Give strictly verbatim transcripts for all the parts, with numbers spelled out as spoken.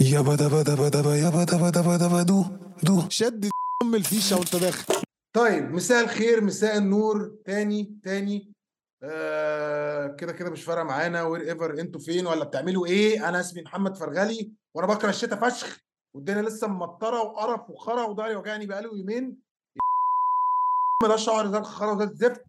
يا بدا بدا بدا با- يا بدا بدا بدا با دو دو شد ام الفيشه وانت داخل. طيب مساء الخير، مساء النور، تاني تاني آه كده كده مش فارقه معانا وير ايفر انتوا فين ولا بتعملوا ايه. انا اسمي محمد فرغلي وانا بكره الشتاء فشخ، والدنيا لسه ممطره وقرف وخرا وضهري وجعني بقاله يومين. ده شعر ده خرا وده الزفت.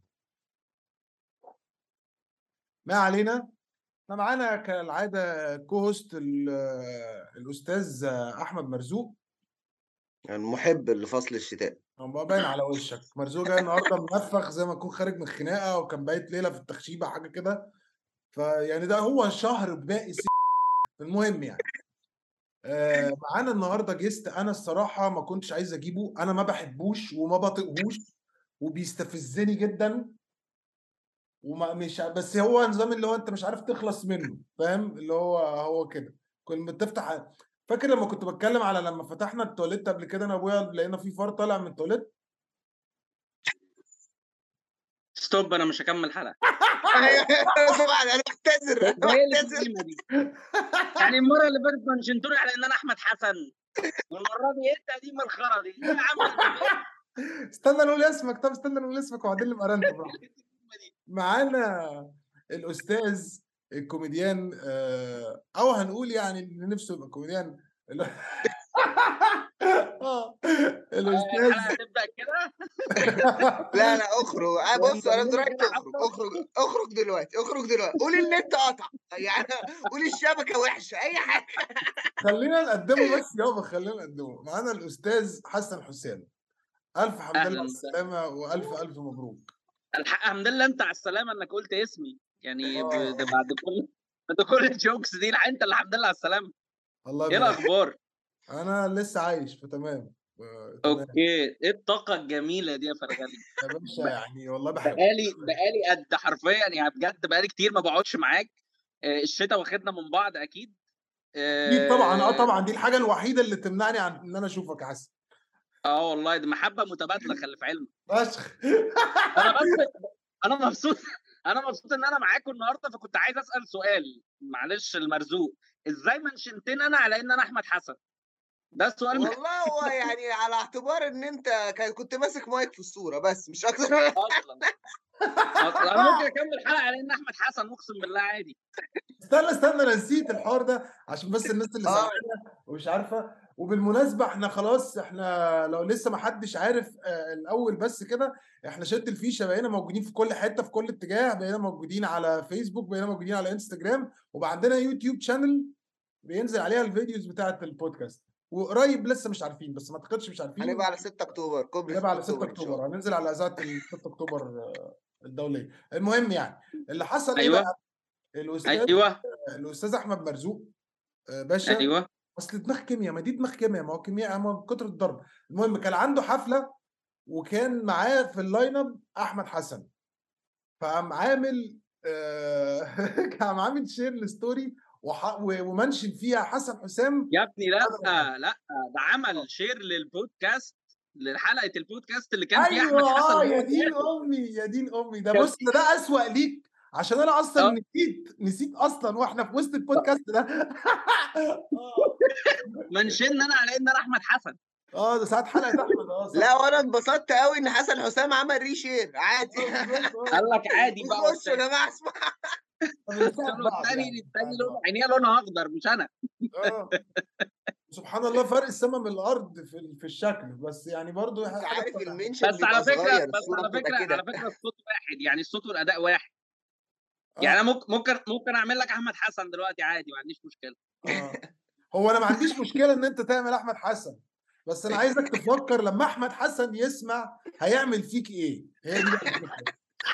ما علينا، احنا معانا كالعاده كوهوست الاستاذ احمد مرزوق. يعني محب لفصل الشتاء. هو باين على وشك مرزوق جاي النهارده منفخ زي ما يكون خارج من خناقه وكان بايت ليله في التخشيبه حاجه كده. فيعني ده هو شهر باقي س... المهم يعني آه معانا النهارده جيست. انا الصراحه ما كنتش عايز اجيبه، انا ما بحبوش وما بطيقهوش وبيستفزني جدا وما مش ع- بس هو نظام اللي هو انت مش عارف تخلص منه، فاهم اللي هو هو كده. كنت بتفتح، فاكر لما كنت بتكلم على لما فتحنا التواليت قبل كده انا وابويا لقينا في فار طالع من التواليت. ستوب، انا مش هكمل حلقه. طبعا انا بعتذر انا ده ايه اللي في بعتذر القيمه دي؟ يعني المره اللي فاتت منشنتوني على ان انا احمد حسن، والمره دي ايه التقديم الخرا دي؟ ايه يا عم القيمة استنى نقول اسمك، طب استنى نقول اسمك وبعدين نبقى رنت براحتك. دي؟ معانا الاستاذ الكوميديان آه، او هنقول يعني اللي نفسه يبقى كوميديان ال- اه آه، الاستاذ الحلقه هتبدا كده. لا لا اخرج. آه، بص انا ومكملة دلوقتي كده اخرج حبه. اخرج اخرج دلوقتي اخرج دلوقتي قول النت قطع يعني قول الشبكه وحشه اي حاجه. خلينا نقدمه بس يابا، خلينا نقدمه. معانا الاستاذ حسن حسام. الف حمد لله اهلا على وسهلا. السلامه والف الف مبروك. الحق الحمد لله انت على السلامه انك قلت اسمي، يعني ب- اه ده بعد كل بعد كل الجوكس دي الحق انت اللي الحمد لله على السلامه. الله ايه يبارك. الاخبار؟ انا لسه عايش فتمام. آه، تمام اوكي، ايه الطاقه الجميله دي يا فرغلي؟ يا باشا، يعني والله بحب. بقالي بقالي قد حرفيا، يعني بجد بقالي كتير ما بقعدش معاك. آه، الشتاء واخدنا من بعض اكيد. اكيد طبعا، اه اه. طبعا دي الحاجه الوحيده اللي تمنعني عن ان انا اشوفك يا حسن. آه والله دي محبه متبادله، خلي في علمك. فشخ. انا بس انا مبسوط انا مبسوط ان انا معاكم النهارده، فكنت عايز اسال سؤال معلش المرزوق. ازاي منشنتني انا على ان انا احمد حسن؟ ده السؤال م- والله هو يعني على اعتبار ان انت كان- كنت ماسك مايك في الصوره بس مش اكتر. اصلا اصلا انا ممكن اكمل حلقه على ان احمد حسن، اقسم بالله عادي. استنى استنى انا نسيت الحوار ده عشان بس الناس اللي اه سامعانا ومش عارفه. وبالمناسبه احنا خلاص، احنا لو لسه ما حدش عارف آه الاول بس كده، احنا شد الفيشه بقينا موجودين في كل حته في كل اتجاه. بقينا موجودين على فيسبوك، بقينا موجودين على انستجرام، وبقى عندنا يوتيوب شانل بينزل عليها الفيديوز بتاعه البودكاست. وقريب لسه مش عارفين، بس ما اعتقدش مش عارفين. هنبقى على ستة اكتوبر كوبري هنبقى ستة على ستة اكتوبر ان شاء اكتوبر، الله. هننزل على اذاعه ال ستة اكتوبر آه، الدوليه. المهم يعني اللي حصل ايه ايوه بقى. الاستاذ ايوه الاستاذ احمد مرزوق آه، باشا. ايوه. اصل دماغ كيمياء، ما دي دماغ كيمياء، ما هو كيمياء ما هو كتر الضرب. المهم كان عنده حفله وكان معاه في اللاين اب احمد حسن، فقام عامل آه، كان عامل شير لستوري وح- و- ومنشن فيها حسن حسام. يا ابني لا لا، ده عمل شير للبودكاست، لحلقه البودكاست اللي كان فيها احمد ايوه حسن اه، يا وهو دين بياكل. امي يا دين امي، ده كان بص ده, ده اسوأ ليك عشان انا اصلا اه نسيت نسيت اصلا واحنا في وسط البودكاست ده. اه منشن انا على ان انا احمد حسن. اه ده ساعات حلقه احمد، اه لا صح. وانا انبسطت قوي ان حسن حسام عمل ريشير عادي. اه بالظبط قال اه. لك عادي بقى يخشوا يا وبتاع. جماعه اسمع. فبنساعد قلت له بعض التاني يعني، التاني بنساعد لونه بعض. عينيه لونها اخضر مش انا. اه سبحان الله، فرق السماء من الارض في ال- في الشكل، بس يعني برضو انت حاجه عارف بتفرح. المنشن بس على بيبقى فكره صغير بس الصوره على بتبقى فكره على كده. فكره الصوت واحد، يعني الصوت والاداء واحد. يعني اه انا ممكن ممكن ممكن اعمل لك احمد حسن دلوقتي عادي، ما عنديش مشكله. اه هو انا ما عنديش مشكله ان انت تعمل احمد حسن، بس انا عايزك تفكر لما احمد حسن يسمع هيعمل فيك ايه. هي دي بقى الفكره.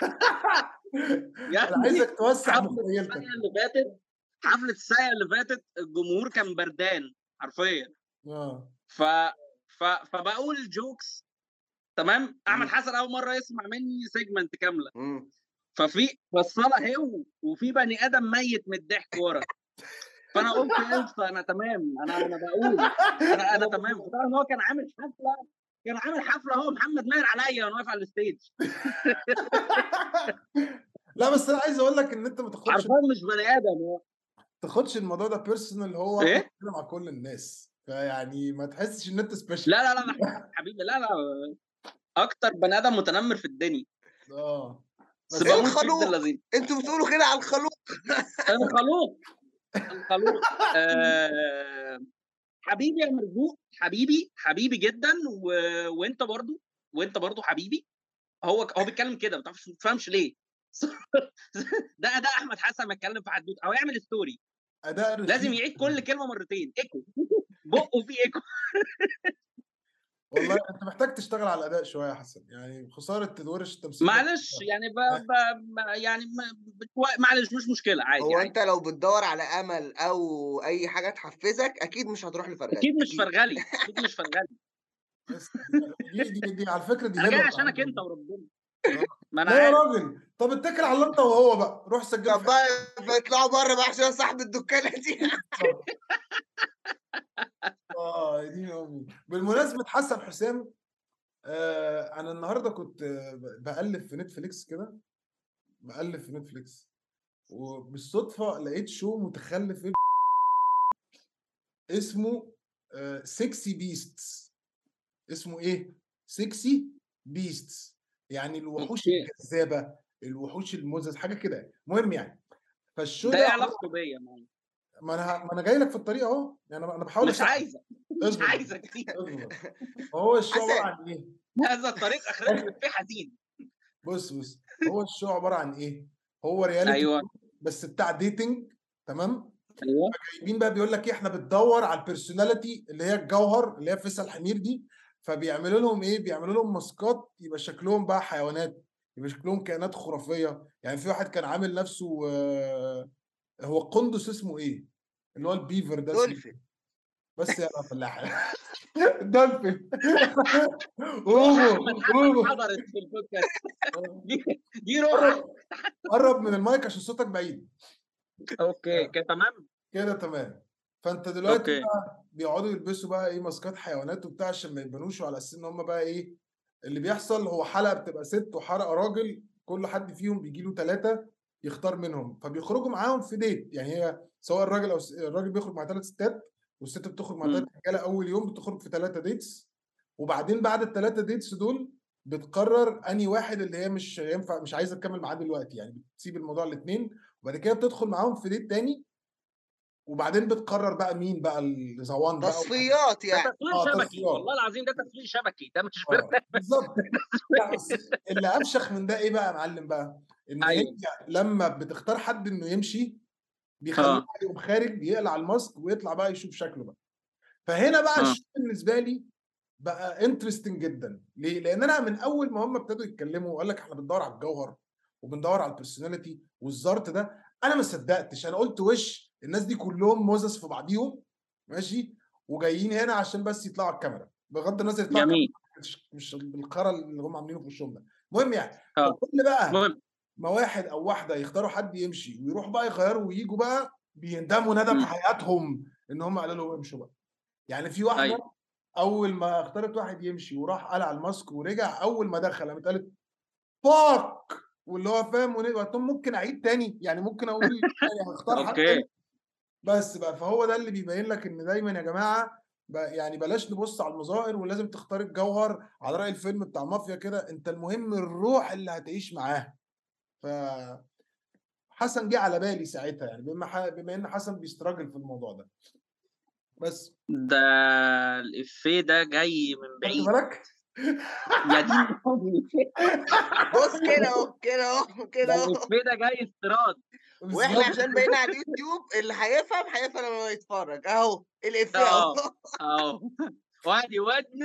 يا انا ابني عايزك توسع حفله السنه مخيلتك. اللي فاتت حفله السنه اللي فاتت الجمهور كان بردان حرفيا. اه ف ف فبقول جوكس تمام. احمد مم. حسن اول مره يسمع مني سيجمنت كامله، مم. ففي فالصاله هو وفي بني ادم ميت من الضحك ورا. فانا قلت قشطه انا تمام، انا انا بقول انا انا تمام. فطبعا هو كان عامل حفله كان عامل حفله هو محمد ماهر عليا وانا واقف على الستيج. لا بس انا عايز اقول لك ان انت ما تاخدش. حرفيا مش بني ادم هو. تاخدش الموضوع ده بيرسونال، هو احنا ايه بنتكلم مع كل الناس، فيعني ما تحسش ان انت سبيشال. لا لا لا لا حبيبي، لا لا اكتر بني ادم متنمر في الدنيا، اه بس بس ايه بموت فيه ابن الخلوق؟ اللذين. انتوا بتقولوا كده على الخلوق؟ الخلوق الخلوق آه... حبيبي يا مرزوق، حبيبي حبيبي جدا و... وانت برضو وانت برضو حبيبي. هو هو بيتكلم كده، ما تعرفش- ما تفهمش ليه. ده اداء احمد حسن ما يتكلم في حدوته او يعمل ستوري، اداء لازم رخيص. يعيد كل كلمه مرتين، ايكو بقه فيه ايكو. والله انت محتاج تشتغل على الاداء شويه يا حسن، يعني خساره ورش التمثيل ده. معلش يعني ب... ب... ب... يعني ما- ب- معلش مش مشكله، عادي هو عادي. انت لو بتدور على امل او اي حاجه تحفزك اكيد مش هتروح لفرغلي، اكيد مش اكيد. فرغلي، اكيد مش فرغلي. بس دي دي دي على فكره دي انا جاي هبه عشانك عنده. انت وربنا، آه. ما انا لا يا عارف. راجل، طب اتكل على الله انت وهو بقى، روح سجله طب في بقى اطلعوا بره بقى عشان صاحب الدكانه دي. حته. اه يا دين امي. بالمناسبه حسن حسام، آه انا النهارده كنت آه، بقلب في نتفليكس كده، بقلب في نتفليكس وبالصدفه لقيت شو متخلف اسمه سكسي بيستس. اسمه ايه؟ سكسي بيستس، يعني الوحوش اوكي، الجذابه، الوحوش المزز، حاجه كده. المهم يعني، فالشو ده ده ايه عبارة- علاقته بيا معايا؟ ما انا ما انا جاي لك في الطريق اهو، يعني انا أنا بحاول مش اساعدك. عايزه مش اصبر عايزه كتير. اصبر. هو الشو عباره حسن عن ايه؟ هذا الطريق اخرته بتفيه حزين. بص بص، هو الشو عباره عن ايه؟ هو رياليتي ايوه بس بتاع ديتنج، تمام؟ ايوه جايبين بقى بيقول لك ايه، احنا بتدور على البيرسوناليتي اللي هي الجوهر، اللي هي فيصل الحمير دي، فبيعملوا لهم ايه؟ بيعملوا لهم ماسكات يبقى شكلهم بقى حيوانات، يبقى شكلهم كائنات خرافيه. يعني في واحد كان عامل نفسه آه، هو قندس، اسمه ايه؟ اللي هو البيفر ده اسمه دولفين. بس يا فلاح. دولفين. روح قوموا احمد حسن قوموا. حضرت في البودكاست دي دي روح. قرب قرب من المايك عشان صوتك بعيد. اوكي كده تمام. كده تمام. فانت دلوقتي اوكي بقى بيقعدوا يلبسوا بقى ايه، ماسكات حيوانات وبتاع عشان ما يبانوش، على اساس ان هم بقى ايه اللي بيحصل. هو حلقه بتبقى ست وحلقه راجل، كل حد فيهم بيجي له ثلاثه يختار منهم، فبيخرجوا معاهم في ديت. يعني هي سواء الراجل او الس- الراجل بيخرج مع ثلاث ستات، والست بتخرج مع ثلاث مم. رجاله. اول يوم بتخرج في ثلاثه ديتس، وبعدين بعد الثلاثه ديتس دول بتقرر انهي واحد اللي هي مش ينفع، مش عايزه تكمل معاه دلوقتي، يعني بتسيب الموضوع الاثنين، وبعد كده بتدخل معاهم في ديت تاني، وبعدين بتقرر بقى مين بقى الزوان بقى. تصفيات ده يعني. تصوير اه شبكي، والله تصفيات. العظيم ده تصوير شبكي، ده مش اه بالظبط. لا بس برنامج. اللي افشخ من ده ايه بقى يا معلم بقى، ان هي ايوه لما بتختار حد انه يمشي بيخليه اه بقى يقوم خارج يقلع الماسك ويطلع بقى يشوف شكله بقى. فهنا بقى اه الشيء بالنسبه لي بقى انترستنج جدا. ليه؟ لان انا من اول ما هم ابتدوا يتكلموا وقال لك احنا بندور على الجوهر وبندور على البرسوناليتي والزارت ده، انا ما صدقتش. انا قلت وش الناس دي كلهم موزس في بعضيهم، ماشي، وجايين هنا عشان بس يطلعوا على الكاميرا، بغض النظر يطلعوا على جميل الكاميرا مش مش بالخرا اللي هم عاملينه في وشهم ده. المهم يعني، اه فكل بقى المهم ما واحد او واحده يختاروا حد يمشي ويروحوا بقى يغيروا وييجوا بقى بيندموا ندم مم. حياتهم ان هم قالوا له امشوا بقى. يعني في واحده ايوه اول ما اختارت واحد يمشي وراح قلع الماسك ورجع، اول ما دخل قامت قالت فاك، واللي هو فاهم، قلت لهم ممكن اعيد تاني، يعني ممكن اقول يعني هختار حد اوكي تاني. بس بقى، فهو ده اللي بيبين لك ان دايما يا جماعه بقى، يعني بلاش نبص على المظاهر ولازم تختار الجوهر، على راي الفيلم بتاع مافيا كده، انت المهم الروح اللي هتعيش معاها. ف حسن جه على بالي ساعتها، يعني بما ح... بما ان حسن بيستراجل في الموضوع ده. بس ده الإفيه ده جاي من خدت بعيد بالك؟ يا دين أمي. بص كده اهو كده اهو ده كده اهو. الإفيه ده جاي استيراد. واحنا بالظبط. عشان بقينا على اليوتيوب اللي هيفهم هيفهم لما يتفرج اهو الافيه اهو. اه اه وادي ودني.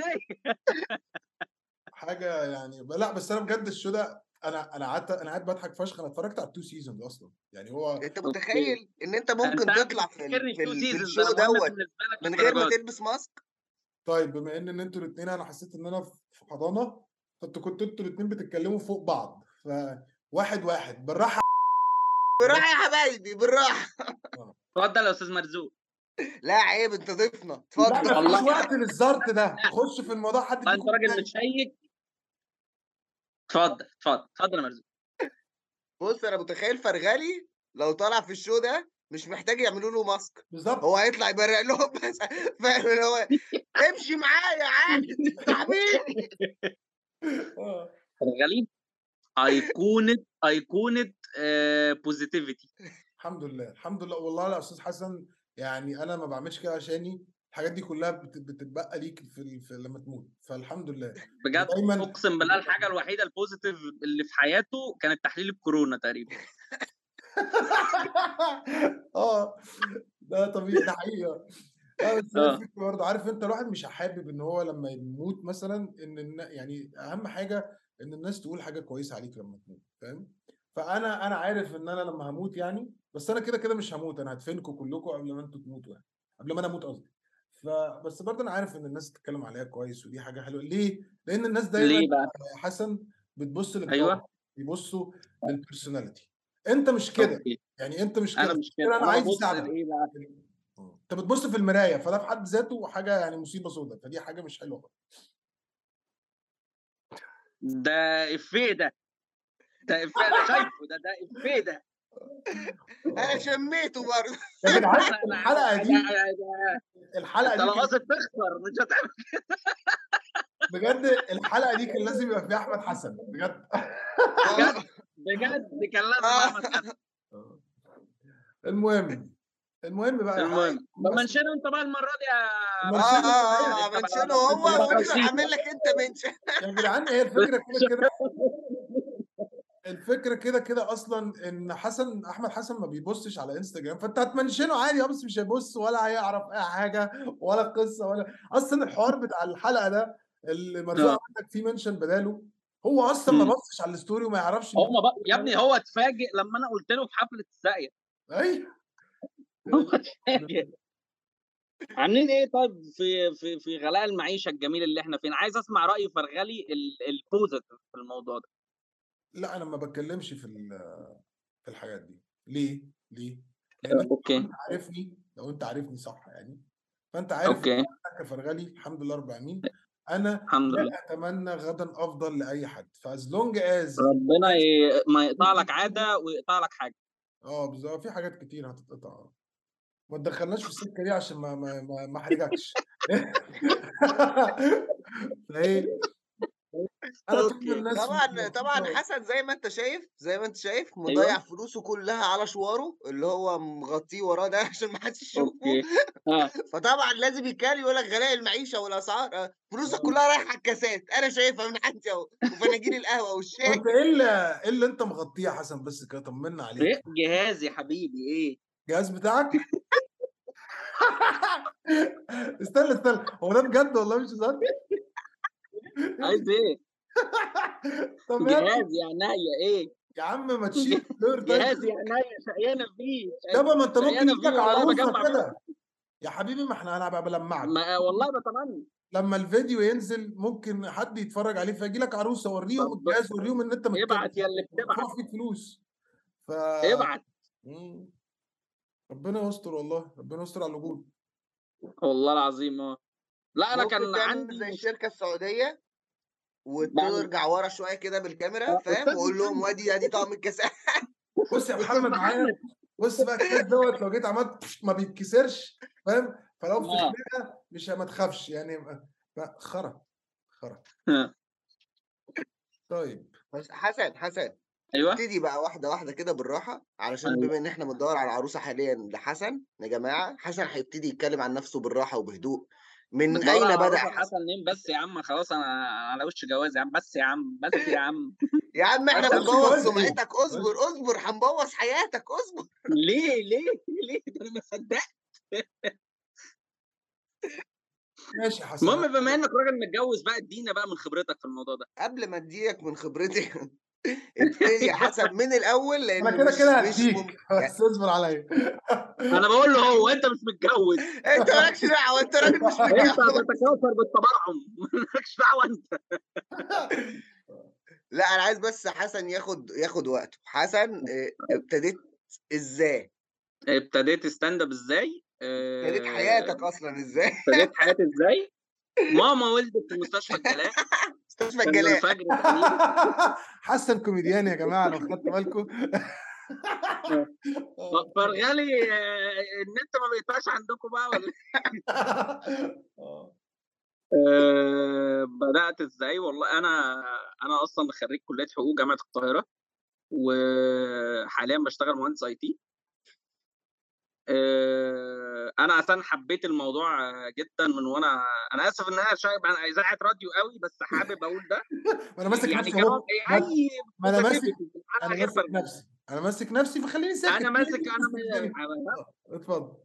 حاجه يعني، لا بس انا بجد الشو ده، انا انا قعدت انا قاعد بضحك فشخ. انا اتفرجت على التو سيزونز اصلا، يعني هو انت اوكي متخيل ان انت انت ممكن قاعد تطلع في ال... بتفتكرني في, بتو ال... في سيزونز، الشو انا مهم دوت بالنسبه لك من غير ما الدرجات. تلبس ماسك؟ طيب بما ان ان انتوا الاثنين انا حسيت ان انا في حضانه، فانتوا كنتوا انتوا الاثنين بتتكلموا فوق بعض، فواحد واحد بالراحه. بالراحه يا حبايبي بالراحه. آه. اتفضل يا استاذ مرزوق. لا عيب، انت ضيفنا، لا اتفضل. مفيش والله وقت للزرت ده، خش في الموضوع. حد انت فيكم راجل يتكلم. متشيك. اتفضل اتفضل اتفضل يا مرزوق. بص انا متخيل فرغلي لو طلع في الشو ده مش محتاج يعملوا له ماسك، بالظبط. هو هيطلع يبرق لهم بس فاهم اللي هو امشي معايا عادي صاحبيني. اه فرغلي ايقونه ايقونه بوزيتيفيتي. الحمد لله الحمد لله والله يا استاذ حسن، يعني انا ما بعملش كده عشاني، الحاجات دي كلها بت- بتتبقى ليك في, ال- في لما تموت، فالحمد لله. بجد ودايما اقسم بالله الحاجه الوحيده البوزيتيف اللي في حياته كانت تحليل الكورونا تقريبا. اه ده طبيعي، ده حقيقة. اه بس هي اه الفكرة برضه، عارف انت الواحد مش حابب ان هو لما يموت مثلا ان النا- يعني اهم حاجة ان الناس تقول حاجة كويسة عليك لما تموت، فاهم؟ فانا انا عارف ان انا لما هموت يعني، بس انا كده كده مش هموت، انا هدفنكم كلكم قبل ما انتوا تموتوا يعني، قبل ما انا اموت قصدي. فبس برضه انا عارف ان الناس تتكلم عليها كويس ودي حاجة حلوة. ليه؟ لان الناس دايما ليه بقى؟ يا حسن بتبص للجوهر، ايوه بيبصوا للبرسوناليتي. انت مش كده، اوكي. يعني انت مش انا كده، مش كده كده، انا انا عايز ببص اساعدك. لايه بقى؟ انت بتبص في المرايه، فده في حد ذاته حاجه يعني مصيبه سوداء، فدي حاجه مش حلوه خالص. ده افيه ده ده افيه انا شايفه ده ده افيه ده. انا آه. شميته برضه. يا جدعان انا انا الحلقه دي انا انا الحلقه انت دي لو كان قاصد تخسر مش هتعمل. بجد الحلقه دي كان لازم يبقى فيها احمد حسن بجد. اه بجد بجد كان لازم اه احمد حسن. المهم المهم بقى يا حسن، المهم بمنشنه انت بقى المره دي يا اه باشا. منشنه اه صحيح. اه انت بقى منشنه انت هو بقى وانا رصيد. هعمل لك انت منشن. يا جدعان هي الفكره كده كده الفكره كده كده اصلا ان حسن احمد حسن ما بيبصش على انستجرام، فانت هتمنشنه عادي اه، بس مش هيبص ولا هيعرف اي حاجه ولا قصه ولا اصلا الحوار بتاع الحلقه ده اللي مرزوق اه عندك فيه منشن بداله، هو اصلا ما أمم. بصش على الستوري وما يعرفش ان هو في ما بقى يا ابني، هو اتفاجئ لما انا قلت له في حفله الساقيه. ايوه هو اتفاجئ. عاملين ايه طيب في في في غلاء المعيشه الجميل اللي احنا فين؟ عايز اسمع راي فرغلي البوزيتيف في الموضوع ده. لا انا ما بتكلمش في ال- في الحاجات دي. ليه؟ ليه؟ لان آه، انت لو اوكي انت عارفني لو انت عارفني صح يعني، فانت عارف ان اوكي انا كفرغلي الحمد لله رب العالمين انا الحمد لله. لا اتمنى غدا افضل لاي حد، فاز لونج از ربنا ي... ما يقطع لك عاده ويقطع لك حاجه. اه بالظبط، في حاجات كتير هتتقطع، ما تدخلناش في السكه دي عشان ما ما ما, ما احرجكش. فايه انا طول ما اوكي الناس طبعا طبعا مبسوطه. حسن زي ما انت شايف زي ما انت شايف ايوه مضيع فلوسه كلها على شواره اللي هو مغطيه وراه ده عشان ما حدش يشوفه. اوكي اه فطبعا لازم يتكلم يقول لك غلاء المعيشه والاسعار آه، فلوسك آه. كلها رايحه على الكاسات انا شايفها من عندي اهو وفناجيل القهوه والشاي. وانت ايه اللي ايه اللي انت مغطيه يا حسن؟ بس كده طمنا عليك. ايه جهاز يا حبيبي ايه؟ الجهاز بتاعك؟ استنى استنى، هو ده بجد والله مش هزار؟ عايز ايه؟ طب يا ابني جهاز يا عينيا ايه؟ يا عم ما تشيل الدور طيب. جهاز يا عينيا شقيانه فيه يابا ما انت ممكن شقيانه يجي فيه لك والله عروسه بجمع فيه. كده يا حبيبي، ما احنا انا هبقى بلمعك ما والله بتمنى. لما الفيديو ينزل، ممكن حد يتفرج عليه فيجي لك عروسه، وريهم طب الجهاز وريهم ان انت متكلم ابعت يا اللي بتبعت مدفوع فيك فلوس. ف ابعت. مم. ربنا يستر والله، ربنا يستر على الوجود. والله العظيم اه. لا انا ممكن كان تعمل عندي زي مش الشركه السعوديه بعمل وترجع ورا شويه كده بالكاميرا آه، فاهم استاذ وقول لهم محمد وادي ادي طقم الكاسات. بص يا استاذ محمد معايا، محمد بص بقى الكاس دوت لو جيت عملت ما بيتكسرش، فاهم؟ فلو في اه خناقه مش ما تخافش يعني، ما- خرا خرا. آه. طيب بس حسن حسن ايوه ابتدي بقى واحده واحده كده بالراحه علشان ايوه بما ان احنا بندور على عروسه حاليا لحسن يا جماعه حسن هيبتدي يتكلم عن نفسه بالراحه وبهدوء من بتدور اين على بدأ عروسه حسن. لحسن نيم بس يا عم خلاص انا على وش جواز يا عم بس يا عم بس يا عم يا عم احنا بس يا على عم وش بنبوظ جواز ايه؟ سمعتك اصبر اصبر هنبوظ حياتك اصبر. ليه ليه ليه ده انا ما صدقت. ماشي يا حسن. المهم بما انك راجل متجوز بقى ادينا بقى من خبرتك في الموضوع ده. قبل ما اديك من خبرتي ابتدي يا حسن من الاول انا لان كده مش كده مش هديك مم... يعني بس اصبر عليا. انا بقول له هو انت مش متجوز. انت مالكش دعوه انت راجل مش انت متجوز. هتتكاثر بالتبرعم مالكش دعوه انت. لا انا عايز بس حسن ياخد ياخد وقته. حسن اه، ابتديت ازاي؟ ابتديت ستاند اب ازاي؟ ابتديت اه، حياتك اصلا ازاي؟ ابتديت حياتي ازاي؟ ماما ولدت في مستشفى الجلاء مستشفى كان الجلاء. الفجر تقريبا. حسن كوميديان يا جماعه لو خدتوا بالكم. آه. فرغلي آه، النت ما بيقطعش عندكم بقى ولا آه. آآ بدأت إزاي؟ والله أنا أنا أصلًا خرّيج كلية حقوق جامعة القاهرة، وحاليًا باشتغل مهندس آي تي. آآ أنا أساسًا حبيت الموضوع جدًا من وأنا أنا آسف إن أنا شايب عن إذاعة راديو أوي، بس حابب أقول ده. ما أنا ماسك يعني نفسي كنوع أهو، ما أي ما أنا ماسك positivity أنا أنا غير ماسك فرغلي. نفسي، أنا ماسك نفسي فخلّيني ساكت، أنا هي ماسك دي أنا م الدنيا. أنا آه، اتفضل.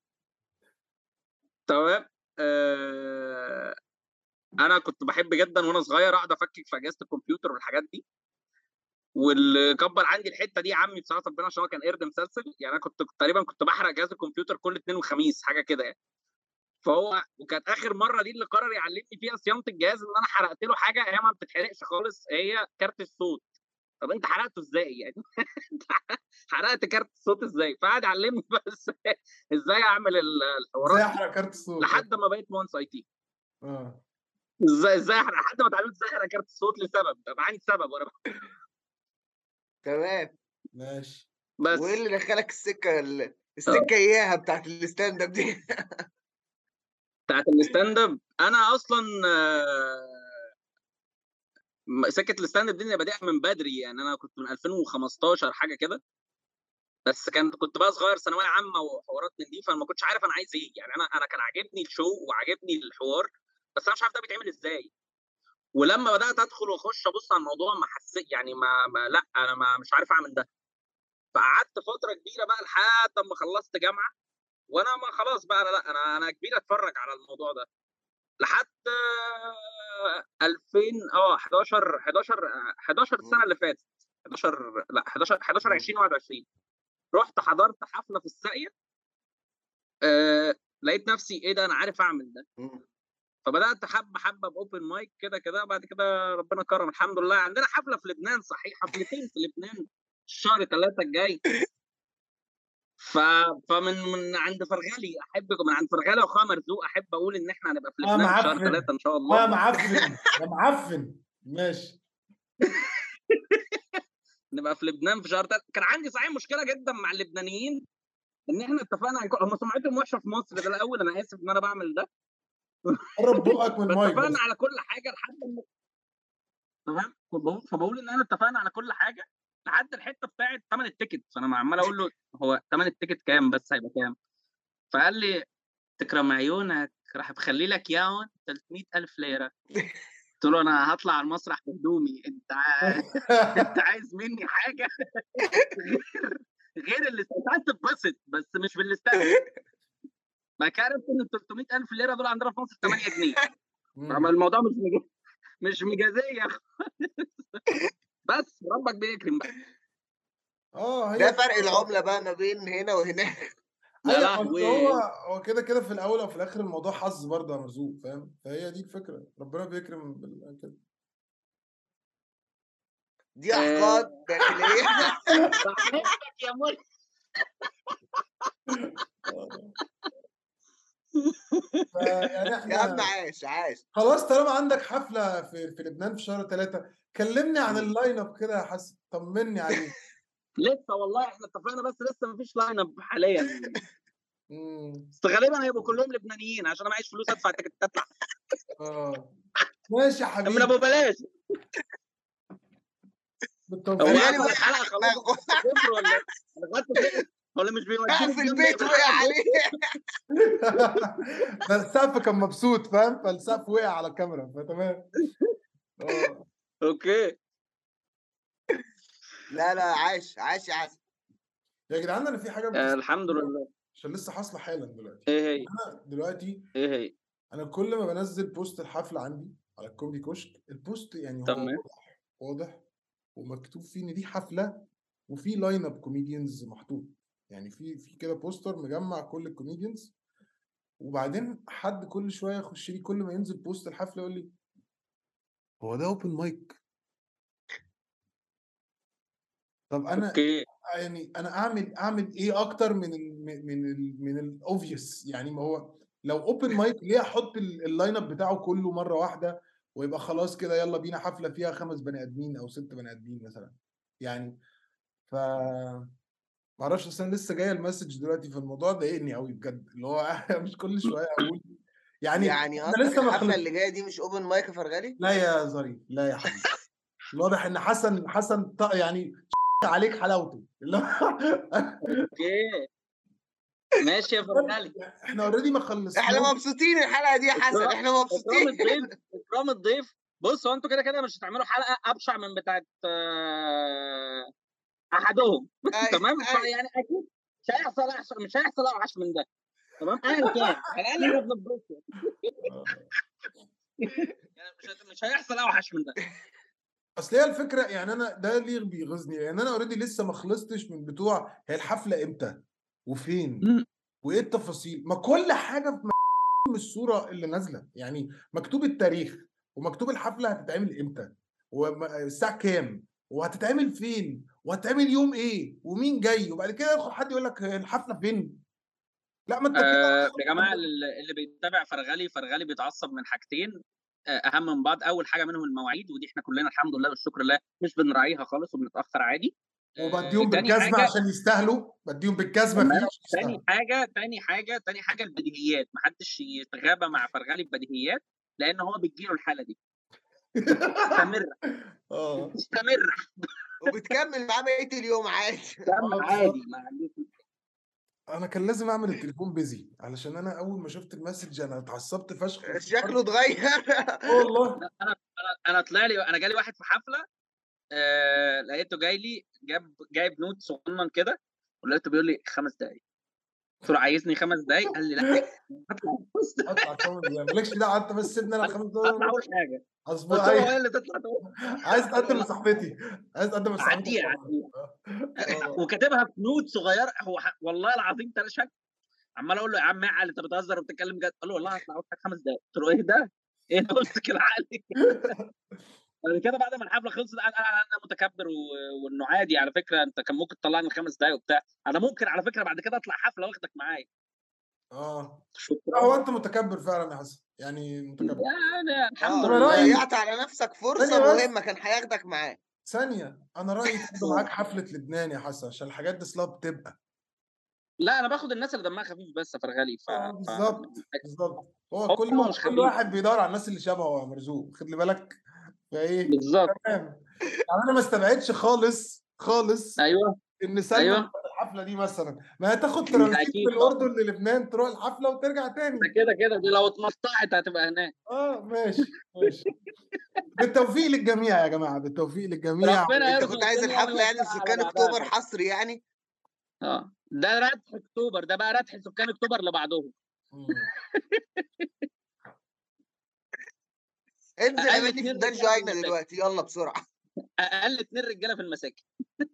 تمام. آآ أنا كنت باحب جدًا وأنا صغير أقعد أفكِّك في أجهزة الكمبيوتر والحاجات دي. واللي كبّر عندي الحتّة دي عمي بصراحة ربنا عشان هو كان قرد مسلسل، يعني أنا كنت تقريبًا كنت باحرق جهاز الكمبيوتر كل اثنين وخميس حاجة كده يعني. فهو وكانت آخر مرّة دي اللي قرر يعلّمني فيها صيانة الجهاز إن أنا حرقت له حاجة هي ما بتتحرقش خالص، هي كارت الصوت. طَب أنت حرقته إزاي يعني؟ أنت حرقت كارت الصوت إزاي؟ فقعد يعلّمني بقى إزاي إزاي أعمل ال الحوارات إزاي دي أحرق كارت الصوت؟ آه. لحد ما بقيت مهندس آي تي. آه. إزاي إزاي أحرق لحد ما اتعلمت إزاي أحرق كارت الصوت لسبب، طَب عندي سبب وأنا ب تمام. ماشي. وإيه بس. اللي دخّلك السكة ال آه. السكة إياها بتاعة الstand up دي؟ بتاعة الstand up أنا أصلًا م سكة الstand up دي أنا بادئها من بدري، يعني أنا كنت من ألفين وخمستاشر حاجة كده. بس كان كنت بقى صغير ثانوية عامة وحوارات من دي، فأنا ما كنتش عارف أنا عايز إيه، يعني أنا أنا كان عاجبني الshow وعاجبني الحوار، بس أنا مش عارف ده بيتعمل إزاي. ولمّا بدأت أدخل وأخش أبُص على الموضوع ما حسي يعني ما ما لأ، أنا ما مش عارف أعمل ده. فقعدت فترة كبيرة بقى لحد أمّا خلّصت جامعة، وأنا ما خلاص بقى أنا لأ، أنا أنا كبير أتفرّج على الموضوع ده. لحد ألفين آه حداشر حداشر آآ حداشر السنة إمم. اللي فاتت، حداشر لأ حداشر حداشر، إمم. عشرين، واحد وعشرين رُحت حضرت حفلة في الساقية. آآ لقيت نفسي إيه ده أنا عارف أعمل ده. إمم. فبدأت حبّة، حبّة بopen mic كده، كده، بعد كده ربنا كرم الحمد لله. عندنا حفلة في لبنان صحيح، حفلتين في لبنان شهر تلاتة الجاي. ف فمن من عند فرغلي أحب من عند فرغلي وأخويا مرزوق أحب أقول إن إحنا هنبقى في آه لبنان في شهر معفن، تلاتة إن شاء الله. آه معفن، يا معفن. ماشي. نبقى في لبنان في شهر تلاتة. كان عندي صحيح مشكلة جدًا مع اللبنانيين إن إحنا اتفقنا على ك هم سمعتهم وحشة في مصر، ده الأول أنا آسف إن أنا باعمل ده. قرّب بُقّك من المايك فاتفقنا بس. على كل حاجة لحد أمّا تمام. فباقول فباقول إن إحنا اتفقنا على كل حاجة لحد الحتّة بتاعة تمن التيكت، فأنا عمّال أقول له هو تمن التيكت كام بس هيبقى كام؟ فقال لي: "تكرم عيونك راح باخلّي لك إياهم تلتمية ألف ليرة." قُلت له: "أنا هاطلع على المسرح بهدومي، أنت ع أنت عايز منّي حاجة غير غير الاست أنت عايز تتبسط بس مش بالstand." بعد كده عرفت إن التلتمية ألف ليرة دول عندنا في مصر تمانية جنيه، فما إمم. الموضوع مش مج مش مجازية خالص. بس ربك بيكرم بقى. آه ده هي فرق بتبقى العملة بقى ما بين هنا وهناك. يا أيوه أصل هو لهوي! هو كده، كده في الأول وفي الآخر الموضوع حظ برضه يا مرزوق فاهم؟ فهي دي الفكرة، ربنا بيكرم بال كده. دي آآ أحقاد داخلية. باحبك يا مُلك. آه. فيعني يا عم إحنا عاش، عاش. خلاص طالما عندك حفلة في في لبنان في شهر تلاتة كلمني عن إمم. الline up كده يا حسن، طمني عليه. لسه والله إحنا اتفقنا بس لسه ما فيش line up حاليًا. إمم. بس غالبًا هيبقوا كلّهم لبنانيين عشان أنا معيش فلوس أدفع التيكيتات لح آه. ماشي يا من حبيبي، أبو بلاش. هو بالتوفيق. فرغلي أصلًا وقع الحلقة على خلاص دماغه. صفر والّا إيه؟ أنا خدت صفر والّا مش بيودّيني سقف الجنب هي البيت في وقع الحلقة صفر؟ عليه. ده السقف كان مبسوط فاهم؟ فالسقف وقع على الكاميرا فتمام. آه. أوكي. لا، لا، عاش، عاش يا عسل. يا جدعان أنا في حاجة آآ بتستفزني الحمد لله. عشان لسه حاصلة حالًا دلوقتي. إيه هي؟ أنا دلوقتي إيه هي؟ أنا كل ما بانزّل بوست الحفلة عندي على الكوميدي كشك، البوست يعني هو تمام. واضح، واضح ومكتوب فيه إن دي حفلة وفي line up comedians محطوط، يعني في في كده بوستر مجمّع كل الcomedians وبعدين حد كل شوية يخش لي كل ما ينزل بوست الحفلة يقول لي: "هو ده open mic؟" طب أنا أوكي. يعني أنا أعمل أعمل إيه أكتر من ال م من ال من الobvious يعني ما هو لو open mic ليه أحط ال الline up بتاعه كلّه مرّة واحدة ويبقى خلاص كده يالّا بينا حفلة فيها خمس بني آدمين أو ست بني آدمين مثلًا، يعني ف ما اعرفش، اصل انا لسه جايه المسج دلوقتي، فالموضوع ضايقني قوي بجد، اللي هو مش كل شويه اقول يعني يعني احنا قصدك لسه ما الحفله خلص. اللي جايه دي مش اوبن مايك يا فرغلي؟ لا يا ظريف، لا يا حبيبي، الواضح ان حسن حسن ط- يعني عليك حلاوته اللي هو اوكي ماشي يا فرغلي. احنا اوريدي ما احنا خلصناش. مبسوطين الحلقه دي يا حسن، اكرام احنا اكرام مبسوطين. الضيف اكرام الضيف. بص هو انتوا كده كده مش هتعملوا حلقه ابشع من بتاعه آه، احدهم اي تمام، اي فيعني اكيد مش هيحصل احسن، مش هيحصل اوحش من ده، تمام ايا كان، على الاقل احنا بنتبسط يعني مش هت- مش هيحصل اوحش من ده. اصل هي الفكره، يعني انا ده ليه بيغيظني، يعني انا اوريدي لسه ما خلصتش من بتوع هي الحفله امتى وفين مم. وايه التفاصيل، ما كل حاجه في م- الصوره اللي نازله، يعني مكتوب التاريخ ومكتوب الحفله هتتعمل امتى والساعه كام وهتتعمل فين وهتتعمل يوم ايه ومين جاي، وبعد كده يدخل حد يقول لك الحفله فين. لا ما انت كده آه يا جماعه اللي اللي بيتابع فرغلي، فرغلي بيتعصب من حاجتين آه، اهم من بعض. اول حاجه منهم المواعيد، ودي احنا كلنا الحمد لله والشكر لله مش بنراعيها خالص وبنتاخر عادي. آه، وبديهم تاني بالجزمه حاجه عشان يستاهلوا، بديهم بالجزمه تمام، فيش تاني يستاهلوا. حاجه تاني حاجه تاني حاجه البديهيات، محدش يتغابى مع فرغلي ببديهيات، لان هو بتجيله الحاله دي مستمره اه مستمره وبتكمل معاه بقيه اليوم عادي. كم اه بالظبط. عادي ما عنديش. انا كان لازم اعمل التليفون بيزي علشان انا اول ما شفت المسج انا اتعصبت فشخ وافتكرت. شكله اتغير. اه والله. لا، انا انا انا طلع لي، انا جالي واحد في حفله آه لقيته جاي لي جاب جايب نوت صغنن كده، ولقيته بيقول لي خمس دقايق، قلت له عايزني خمس دقايق؟ قال لي لا هطلع خمس دقايق اطلع خمس دقايق مالكش دعوه، انت بس سيبني انا الخمس دقايق هطلع اول حاجه. اصبر. قلت له اي هو ايه اللي تطلع تقول؟ عايز قلت له تقدم لا لصاحبتي، عايز تقدم لصاحبتي عديها الفرحة. عديها. اه وكاتبها في نوت صغيره، هو ح... والله العظيم ثلاث شكل. عمال اقول له يا عم علي انت بتهزر وبتتكلم جد؟ قال له والله هطلع اول حاجه خمس دقايق. قلت له ايه ده؟ ايه ده؟ قلت كده علي. بعد كده بعد ما الحفله خلصت قال انا انا متكبر و- وانه عادي على فكره، انت كان ممكن تطلعني خمس دقايق وبتاع، انا ممكن على فكره بعد كده اطلع حفله واخدك معايا. اه لا شكرا. هو انت متكبر فعلا يا حسن، يعني متكبر. يعني الحمد اه انا لله. رايي ضيعت على نفسك فرصه ثانيه بس، مهمه كان هياخدك معاه. ثانيه انا رايي تاخده معاك حفله لبنان يا حسن عشان الحاجات دي اصلا بتبقى. لا انا باخد الناس اللي دمها خفيف بس يا فرغلي، ف... اه ف... بالظبط بالظبط. هو كل هم مش كل خفيف. واحد بيدور على الناس اللي شبهه يا مرزوق، خد لي بالك. فايه بالظبط. تمام. يعني انا ما استبعدش خالص خالص ايوه ان سلمى ايوه تروح الحفله دي مثلا، ما هتاخد ده ترانزيت اكيد من طبعا. الاردن للبنان تروح الحفله وترجع ده تاني. كده كده دي لو اتمطعت هتبقى هناك. اه ماشي ماشي. بالتوفيق للجميع يا جماعه، بالتوفيق للجميع. ربنا انت يرزق كنت عايز الدنيا الحفله يعني ويوفقها على لسكان بعضها اكتوبر كده. حصر يعني؟ اه ده ردح اكتوبر، ده بقى ردح سكان اكتوبر لبعضهم. مم. انزل اقل قابلني في اتنين ميدان رجاله في جاينا المساكن، دلوقتي يلا بسرعه. اقل اتنين رجاله في المساكن.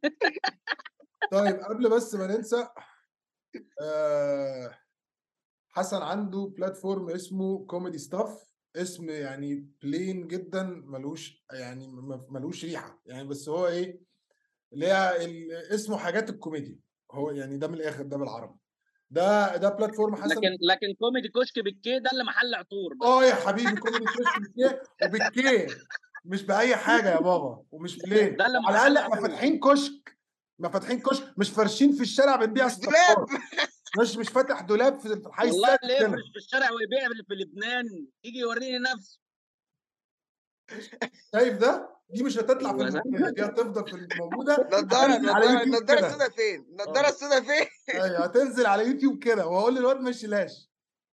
طيب قبل بس ما ننسى، آه حسن عنده بلاتفورم اسمه كوميدي ستاف، اسم يعني بلين جدا، ملوش يعني م- ملوش ريحه يعني، بس هو ايه اللي هي ال- اسمه حاجات الكوميديا، هو يعني ده من الاخر ده بالعربي. ده ده بلاتفورم حسن. لكن لكن كوميدي كشك بالكي ده اللي محل عطور بس. اه يا حبيبي كوميدي كوش بالكيه وبالكيه، مش باي حاجه يا بابا، ومش بلين، ده اللي وعلى محل الاقل احنا عطور. فاتحين كشك، ما فاتحين كشك مش فارشين في الشارع بنبيع مش دولاب. استفسار، مش مش فاتح دولاب في في الحي والله السادس اللي هنا. يفرش في الشارع ويبيع في لبنان يجي يوريني نفسه. شايف ده؟ دي مش هتطلع في ايوه صح. الموبايل، دي هتفضل في موجوده، نضاره هتنزل على نضاره يوتيوب النضاره كده. السوداء فين؟ النضاره اه السوداء فين؟ ايوه هتنزل على يوتيوب كده وهقول للواد ما يشيلهاش.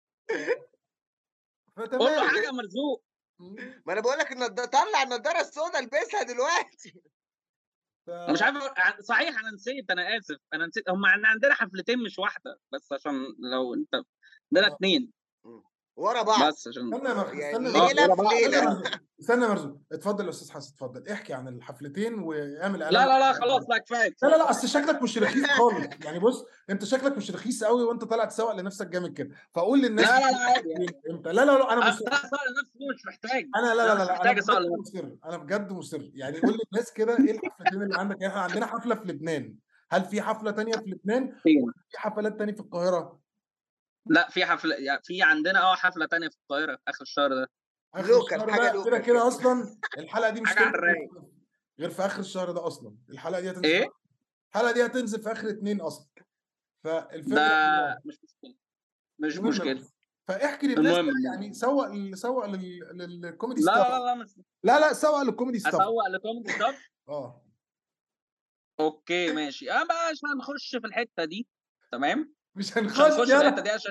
قول فتمام. له حاجه يا مرزوق. مم. ما انا بقول لك النضاره، طلع النضاره السوداء البسها دلوقتي. ف... انا مش عارف أقول- صحيح انا نسيت، انا اسف انا نسيت، هم عندنا حفلتين مش واحده، بس عشان لو انت عندنا آه. اتنين ورا بعض بس عشان استنى يا مرزوق، يعني استنى يا اه مرزوق، ليله ورا في بعض استنى يا ليله. كده. مرزوق، استنى يا مرزوق، اتفضل يا استاذ حسن، اتفضل احكي عن الحفلتين واعمل لا اعلان. لا لا خلاص لا كفايه لا لا كفايه. لا اصل شكلك مش رخيص خالص، يعني بص انت شكلك مش رخيص قوي وانت طالع تسوق لنفسك جامد كده، فقول للناس لا لا لا عادي يعني. امتى. لا لا لا انا أه، مصر، لا صار نفسي مش محتاج. انا لا انا لا لا مش لا انا محتاج اسال بجد نفسي. مصر، انا بجد مصر، يعني قول للناس كده ايه الحفلتين اللي عندك، يعني احنا عندنا حفله في لبنان، هل في حفله تانية في لبنان فين؟ ولا في حفلات تانية في القاهره؟ لا في حفله يعني في عندنا اه حفله تانية في القاهره اخر الشهر ده. اخر لوكال الشهر حاجه ده كده لوكال كده كده. اصلا الحلقه دي مش حاجه على تنزل الرايق. غير في اخر الشهر ده، اصلا الحلقه دي هتنزل ايه؟ الحلقه دي هتنزل في اخر اتنين اصلا. فالفكره ده مش مشكله مش المهم مشكله بس فاحكي للناس المهم بقى، يعني سوق ال- سوق لل- للكوميدي لا ستاف. لا لا مش لا لا سوق للكوميدي ستاف. اسوق لكوميدي ستاف. اه اوكي ماشي، انا بقى مش هنخش في الحته دي، تمام. مش مش هنخش هنخش في الحته يلا. دي عشان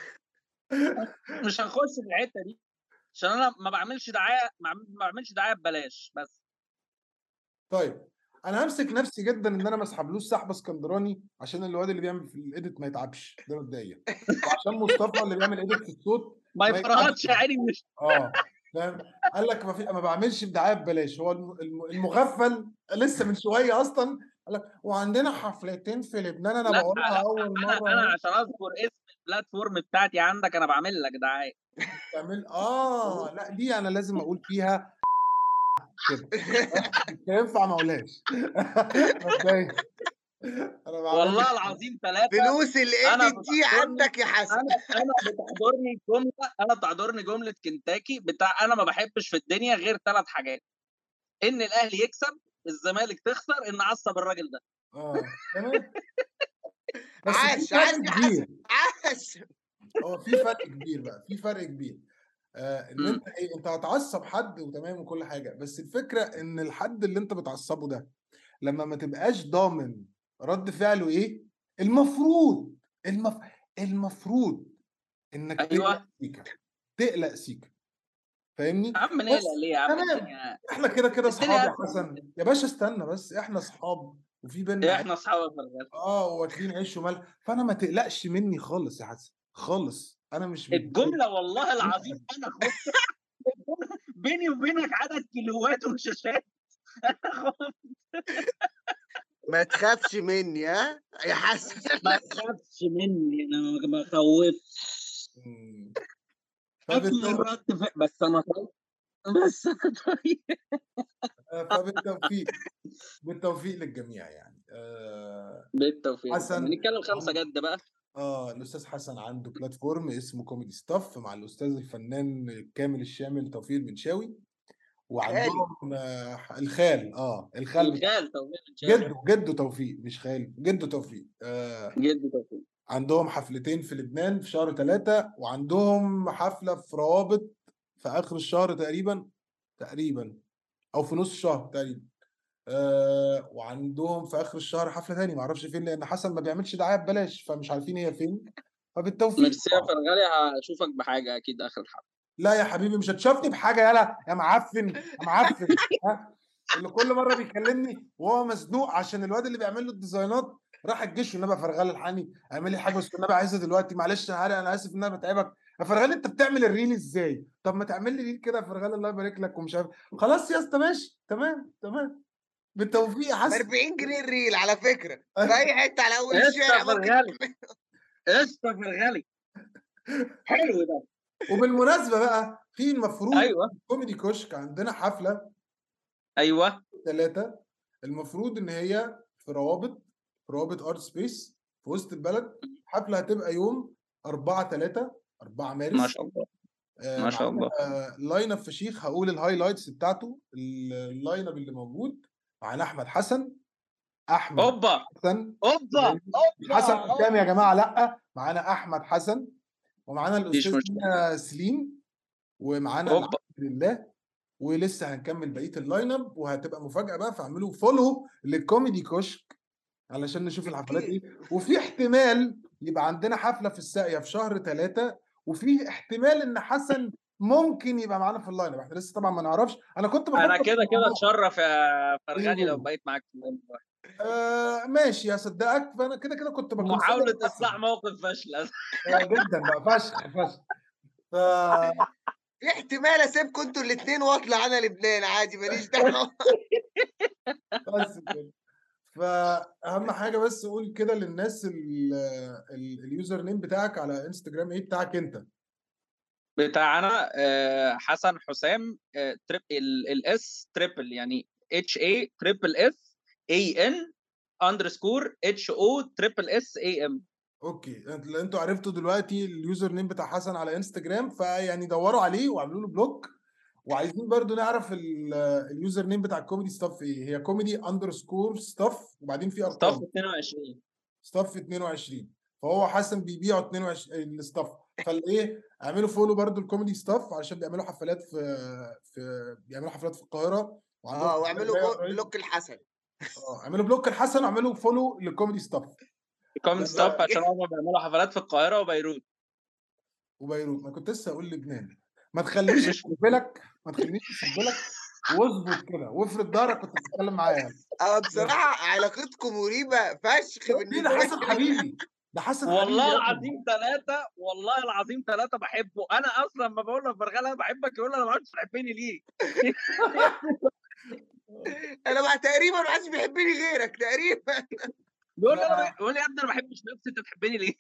مش هنخش في الحته دي عشان انا ما بعملش دعايه ما بعملش دعايه ببلاش بس. طيب انا همسك نفسي جدا ان انا ما اسحبلوش سحبه اسكندراني عشان الواد اللي بيعمل في الايديت ما يتعبش، ده مبدئيا، وعشان مصطفى اللي بيعمل ايديت في الصوت ما ما يتعبش. يفرهدش يا عيني مش اه فاهم. قال لك ما في ما بعملش دعايه ببلاش. هو الم- الم- المغفل لسه من شويه اصلا قال لك وعندنا حفلتين في لبنان انا لا بقولها لا اول انا مره انا اهو. عشان اذكر اسم البلاتفورم بتاعتي عندك انا بعمل لك دعايه. تعمل اه لا دي انا لازم اقول فيها كده. مش هينفع ما اقولهاش. مبدئيا انا بعمل والله العظيم ثلاثه. فلوس انا الايديت دي بتحضرني عندك يا حسن. انا انا بتحضرني جمله انا بتحضرني جمله كنتاكي بتاع انا ما بحبش في الدنيا غير ثلاث حاجات: ان الاهلي يكسب، الزمالك تخسر، ان اعصب الراجل ده. اه تمام. بس في عاش فرق عاش يا حسن كبير. عاش. هو في فرق كبير بقى، في فرق كبير. آه ان امم انت ايه، انت هتعصب حد وتمام وكل حاجه، بس الفكره ان الحد اللي انت بتعصبه ده لما ما تبقاش ضامن رد فعله ايه، المفروض المف... المفروض انك تقلق ايوه سيكا، تقلق سيكا، فاهمني؟ يا عم نقلق بس ليه يا عم؟ تمام، الدنيا احنا كده كده اصحاب الدنيا يا اسهل من حسن كده. يا باشا، استنى بس، احنا اصحاب وفي بينا احنا اصحاب في الغالب. اه واكلين عيش وملح، فانا ما تقلقش مني خالص يا حسن خالص، انا مش متضايق. الجمله والله العظيم انا خفت. بيني وبينك عدد كيلوات وشاشات. ما تخافش مني ها يا حسن. ما تخافش مني، انا ما بخوفش. مم. اسمع فبالتوفيق الرد ف- بس انا طيب. بس انا طيب. فبالتوفيق بالتوفيق للجميع يعني. آه بالتوفيق. حسن نتكلم خمسه عنده جد بقى. اه الاستاذ حسن عنده بلاتفورم اسمه كوميدي ستاف مع الاستاذ الفنان الكامل الشامل توفيق المنشاوي، خالي وعندهم آه الخال اه الخال بتاع الخال توفيق الشاوي. جده جده توفيق، مش خال، جده توفيق. آه جد توفيق. عندهم حفلتين في لبنان في شهر ثلاثة، وعندهم حفلة في روابط في آخر الشهر تقريبا تقريبا أو في نص الشهر تقريبا. آه وعندهم في آخر الشهر حفلة تاني معرفش فين، لأن حسن ما بيعملش دعاية ببلاش فمش عارفين هي فين. فبالتوفيق ميرسي يا طبعا. فرغالي، هشوفك بحاجه اكيد اخر الحلقه. لا يا حبيبي مش هتشوفني بحاجة، يالا يا معفن يا معفن ها، اللي كل مرة بيكلمني وهو مزنوق عشان الواد اللي بيعمل له الديزاينات راح الجيش والنبي يا فرغال الحقني اعمل لي حاجه بس والنبي عايزها دلوقتي، معلش يا هاري انا اسف ان انا بتعبك يا فرغال، انت بتعمل الريل ازاي؟ طب ما تعمل لي ريل كده يا فرغال الله يبارك لك ومش عارف. خلاص يا اسطى ماشي تمام تمام بالتوفيق يا ب حسن. أربعين جنيه الريل على فكره، في اي حته على اول قشطه الشارع يا ممكن فرغالي، تعمل. قشطه يا فرغالي، حلو ده. وبالمناسبه بقى في المفروض ايوه كوميدي كشك عندنا حفله ايوه ثلاثة، المفروض ان هي في روابط في روابط ارت سبيس في وسط البلد. حفله هتبقى يوم أربعة ثلاثة أربعة ما مارس. شاء الله آه، ما شاء معانا الله. لاين اب فشيخ، هقول الهايلايتس بتاعته. اللاين اب اللي موجود معانا احمد حسن احمد اوبا حسن اوبا حسن اوبا قدام يا جماعه، لا معانا احمد حسن ومعانا مفيش الاستاذ مشكله. مينا سليم ومعانا اوبا العبد لله، ولسه هنكمل بقيه اللاين اب وهتبقى مفاجاه بقى، فاعملوا فولو للكوميدي كشك علشان نشوف الحفلات اكيد ايه. وفي احتمال يبقى عندنا حفله في الساقيه في شهر ثلاثة، وفي احتمال ان حسن ممكن يبقى معانا في اللاين اب، احنا لسه طبعا ما نعرفش. انا كنت انا بفكر في كده كده الموضوع اتشرف يا بيني فرغالي لو وبينه. بقيت معاك في اللاين. آه ماشي هصدقك، فانا كده كده كنت بكونسيدر محاولة حسن. إصلاح موقف فاشلة. آه جدا بقى فشخ فشخ. ف في احتمال اسيبكم انتوا الاثنين واطلع انا لبنان عادي ماليش دعوه. بس كده. فاهم حاجه بس قول كده للناس ال- ال- اليوزر نيم بتاعك على انستجرام ايه بتاعك انت؟ بتاعنا آه، حسن حسام آه، تريب الاس تريبل يعني اتش اي تريبل اس اي ان اندرسكور اتش او تريبل اس اي ام. اوكي انت انتوا عرفتوا دلوقتي اليوزر نيم بتاع حسن على انستجرام، فيعني دوروا عليه واعملوا له بلوك وعايزين برضو نعرف اليوزر نيم بتاع الكوميدي ستاف ايه. هي كوميدي اندرسكور ستاف وبعدين في ستاف ارقام اتنين وعشرين. ستاف اتنين وعشرين. فهو حسن بيبيعوا اتنين وعشرين الستاف. فالايه اعملوا فولو برضو الكوميدي ستاف علشان بيعملوا حفلات في في بيعملوا حفلات في القاهره وعندهم اه حفلات واعملوا جايه جو- قريب. بلوك الحسن. اه اعملوا بلوك الحسن واعملوا فولو للكوميدي ستاف كوميدي ستاف عشان هم بيعملوا حفلات في القاهره وبيروت وبيروت. ما كنت لسه اقول لبنان. ما تخلينيش اسبلك ما تخلينيش اسبلك واظبط كده وافرد ظهرك كنت بتتكلم معايا. اه بصراحه علاقتكم مريبه فشخ ليه؟ ده بالنسبه حسن لي. حبيبي، ده حسن حبيبي والله يا ابني. العظيم ثلاثة، والله العظيم ثلاثة بحبه. أنا أصلا ما بقول له فرغال أنا بحبك يقول لي أنا ما عادش تحبني ليه؟ انا بقى تقريبا ما حدش بيحبني غيرك تقريبا. يقول لي ف- أنا يقول لي يا ابني أنا ما بحبش نفسي، أنت تحبني ليه؟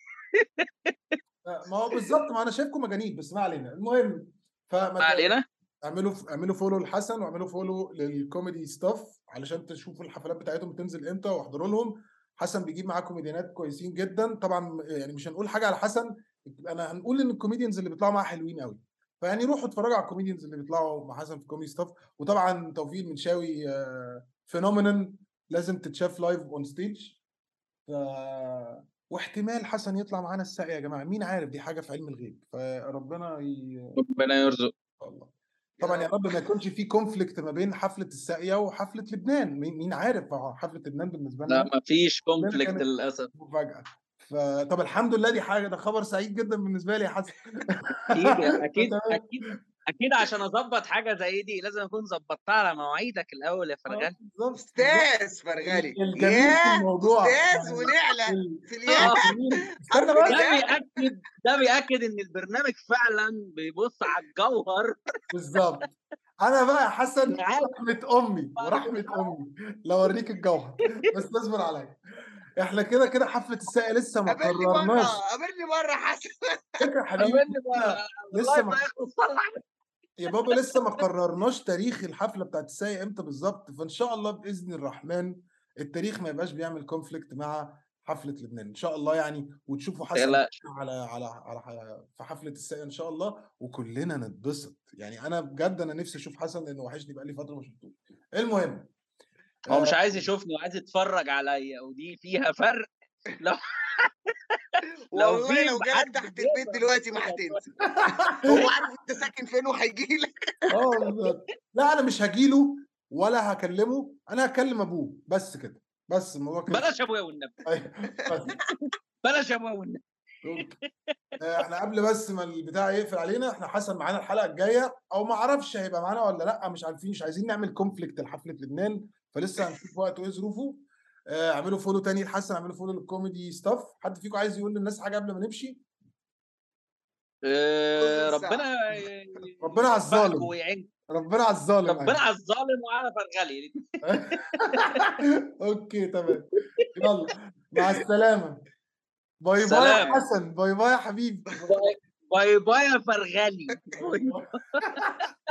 ما هو بالظبط، ما انا شايفكم مجانين بس ما علينا. المهم فما ما ت- علينا. اعملوا اعملوا فولو لحسن واعملوا فولو للكوميدي ستاف علشان تشوفوا الحفلات بتاعتهم بتنزل امتى واحضروا لهم. حسن بيجيب معاه كوميديانات كويسين جدا. طبعا يعني مش هنقول حاجه على حسن، انا هنقول ان الكوميديانز اللي بيطلعوا معاه حلوين قوي. فيعني روحوا اتفرجوا على الكوميديانز اللي بيطلعوا مع حسن في كوميدي ستاف. وطبعا توفيق المنشاوي فينومينال لازم تتشاف لايف اون ستيج. ف... واحتمال حسن يطلع معانا الساقية يا جماعه، مين عارف، دي حاجه في علم الغيب. فربنا ي... ربنا يرزق. الله. طبعا يا يا رب ما يكونش في كونفليكت ما بين حفله الساقيه وحفله لبنان. مين مين عارف، هو حفله لبنان بالنسبه لا لنا ما فيش كلنا كونفليكت كانت للأسف. مفاجاه. فطب الحمد لله، دي حاجه، ده خبر سعيد جدا بالنسبه لي يا حسن. أكيد أكيد فتمام. أكيد أكيد عشان أظبط حاجة زي دي لازم أكون ظبطتها على مواعيدك الأول يا آه، فرغال. بالظبط بالظبط. استاذ فرغلي الجميل في يا الموضوع استاذ يعني ونعلى ال- في الياقه. الجميل، استنى عارف بس. ده النداء؟ بيأكد ده بيأكد إن البرنامج فعلا بيبص على الجوهر. بالظبط. انا بقى يا حسن عارف رحمه امي ورحمه امي لو اوريك الجوهر، بس اصبر عليا. احنا كده كده حفله الساقية لسه ما قابلني مره قررناش. قابلني مره حسن. فكره يا حبيبي، قابلني لسه بقى لسه اللايف ما ده يخلص صلح. يا بابا لسه ما قررناش تاريخ الحفله بتاعت الساقية امتى بالظبط. فان شاء الله باذن الرحمن التاريخ ما يبقاش بيعمل كونفليكت مع حفله لبنان ان شاء الله يعني. وتشوفوا حسن تقلقش. على على على في حفله الساقية ان شاء الله وكلنا نتبسط. يعني انا بجد انا نفسي اشوف حسن لانه وحشني بقى لي فتره ما شفتوش. المهم هو مش آه، عايز يشوفني وعايز يتفرج عليا، ودي فيها فرق. لو لو والله في لو جالك حد تحت البيت بيقدر دلوقتي ما يتفرج. هتنزل. هو عارف انت ساكن فين وهيجي لك. اه بالظبط. لا انا مش هجيله ولا هكلمه، انا هكلم ابوه بس كده. بس الموضوع كده. بلاش ابويا والنبي، أيوة، بس. بلاش ابويا والنبي. أوكي. آه، احنا قبل بس ما البتاع يقفل علينا، احنا حسن معانا الحلقه الجايه او ما اعرفش هيبقى معانا ولا لا، مش عارفين، مش عايزين نعمل كونفليكت لحفله لبنان، فلسه هنشوف وقته وايه ظروفه. آه، اعملوا فولو تاني لحسن، اعملوا فولو للكوميدي ستاف. حد فيكم عايز يقول للناس حاجه قبل ما نمشي؟ آه، نص ساعة. ربنا ي- ربنا على يوفقكم الظالم، ويعينكم. ربنا على الظالم. ربنا على الظالم وعلى فرغلي. اوكي تمام. يلا مع السلامه. باي باي يا سلام. حسن، باي باي يا حبيبي. باي باي باي يا فرغلي. باي باي.